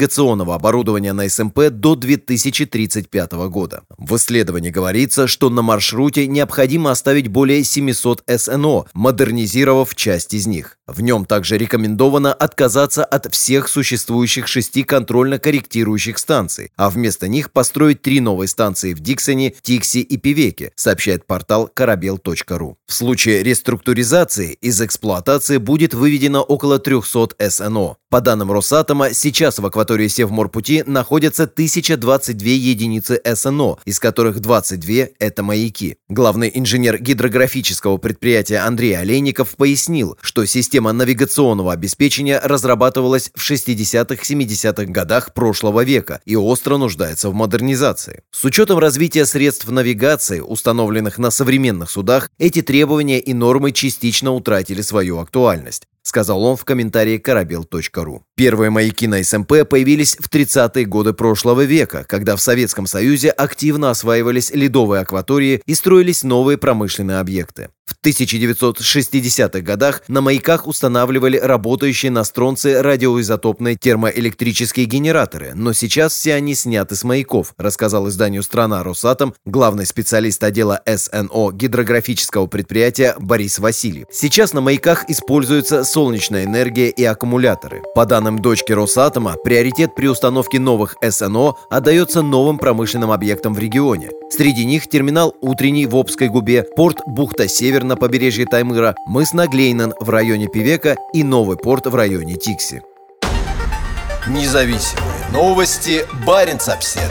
навигационного оборудования на СМП до 2035 года. В исследовании говорится, что на маршруте необходимо оставить более 700 СНО, модернизировав часть из них. В нем также рекомендовано отказаться от всех существующих 6 контрольно-корректирующих станций, а вместо них построить 3 новые станции в Диксоне, Тикси и Певеке, сообщает портал корабел.ру. В случае реструктуризации из эксплуатации будет выведено около 300 СНО. По данным Росатома, сейчас в акватории Севморпути находятся 1022 единицы СНО, из которых 22 – это маяки. Главный инженер гидрографического предприятия Андрей Олейников пояснил, что система навигационного обеспечения разрабатывалась в 60-70-х годах прошлого века и остро нуждается в модернизации. С учетом развития средств навигации, установленных на современных судах, эти требования и нормы частично утратили свою актуальность, сказал он в комментарии корабел.ру. Первые маяки на СМП появились в 30-е годы прошлого века, когда в Советском Союзе активно осваивались ледовые акватории и строились новые промышленные объекты. В 1960-х годах на маяках устанавливали работающие на стронце радиоизотопные термоэлектрические генераторы, но сейчас все они сняты с маяков, рассказал изданию «Страна» Росатом главный специалист отдела СНО гидрографического предприятия Борис Васильев. Сейчас на маяках используется солнечная энергия и аккумуляторы. По данным дочки Росатома, приоритет при установке новых СНО отдается новым промышленным объектам в регионе. Среди них терминал «Утренний» в Обской губе, порт «Бухта-Север» на побережье Таймыра, мыс Наглейнен в районе Певека и новый порт в районе Тикси. Независимые новости. Баренц-Обседный.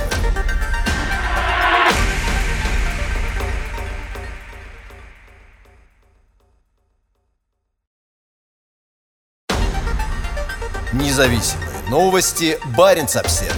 Независимые новости. Баренц-Обседный.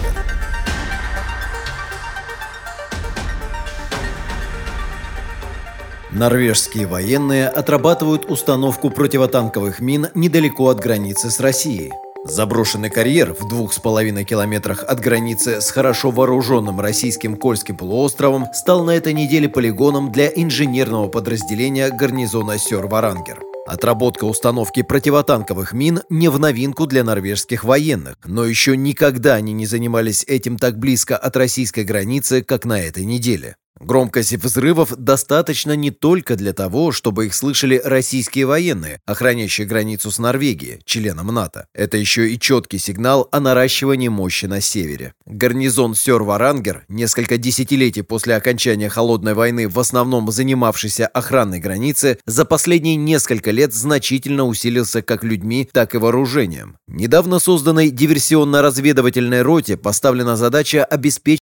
Норвежские военные отрабатывают установку противотанковых мин недалеко от границы с Россией. Заброшенный карьер в 2,5 километрах от границы с хорошо вооруженным российским Кольским полуостровом стал на этой неделе полигоном для инженерного подразделения гарнизона Сёр-Варангер. Отработка установки противотанковых мин не в новинку для норвежских военных, но еще никогда они не занимались этим так близко от российской границы, как на этой неделе. Громкость взрывов достаточно не только для того, чтобы их слышали российские военные, охраняющие границу с Норвегией, членом НАТО. Это еще и четкий сигнал о наращивании мощи на севере. Гарнизон Сёр-Варангер, несколько десятилетий после окончания Холодной войны в основном занимавшийся охраной границы, за последние несколько лет значительно усилился как людьми, так и вооружением. Недавно созданной диверсионно-разведывательной роте поставлена задача обеспечить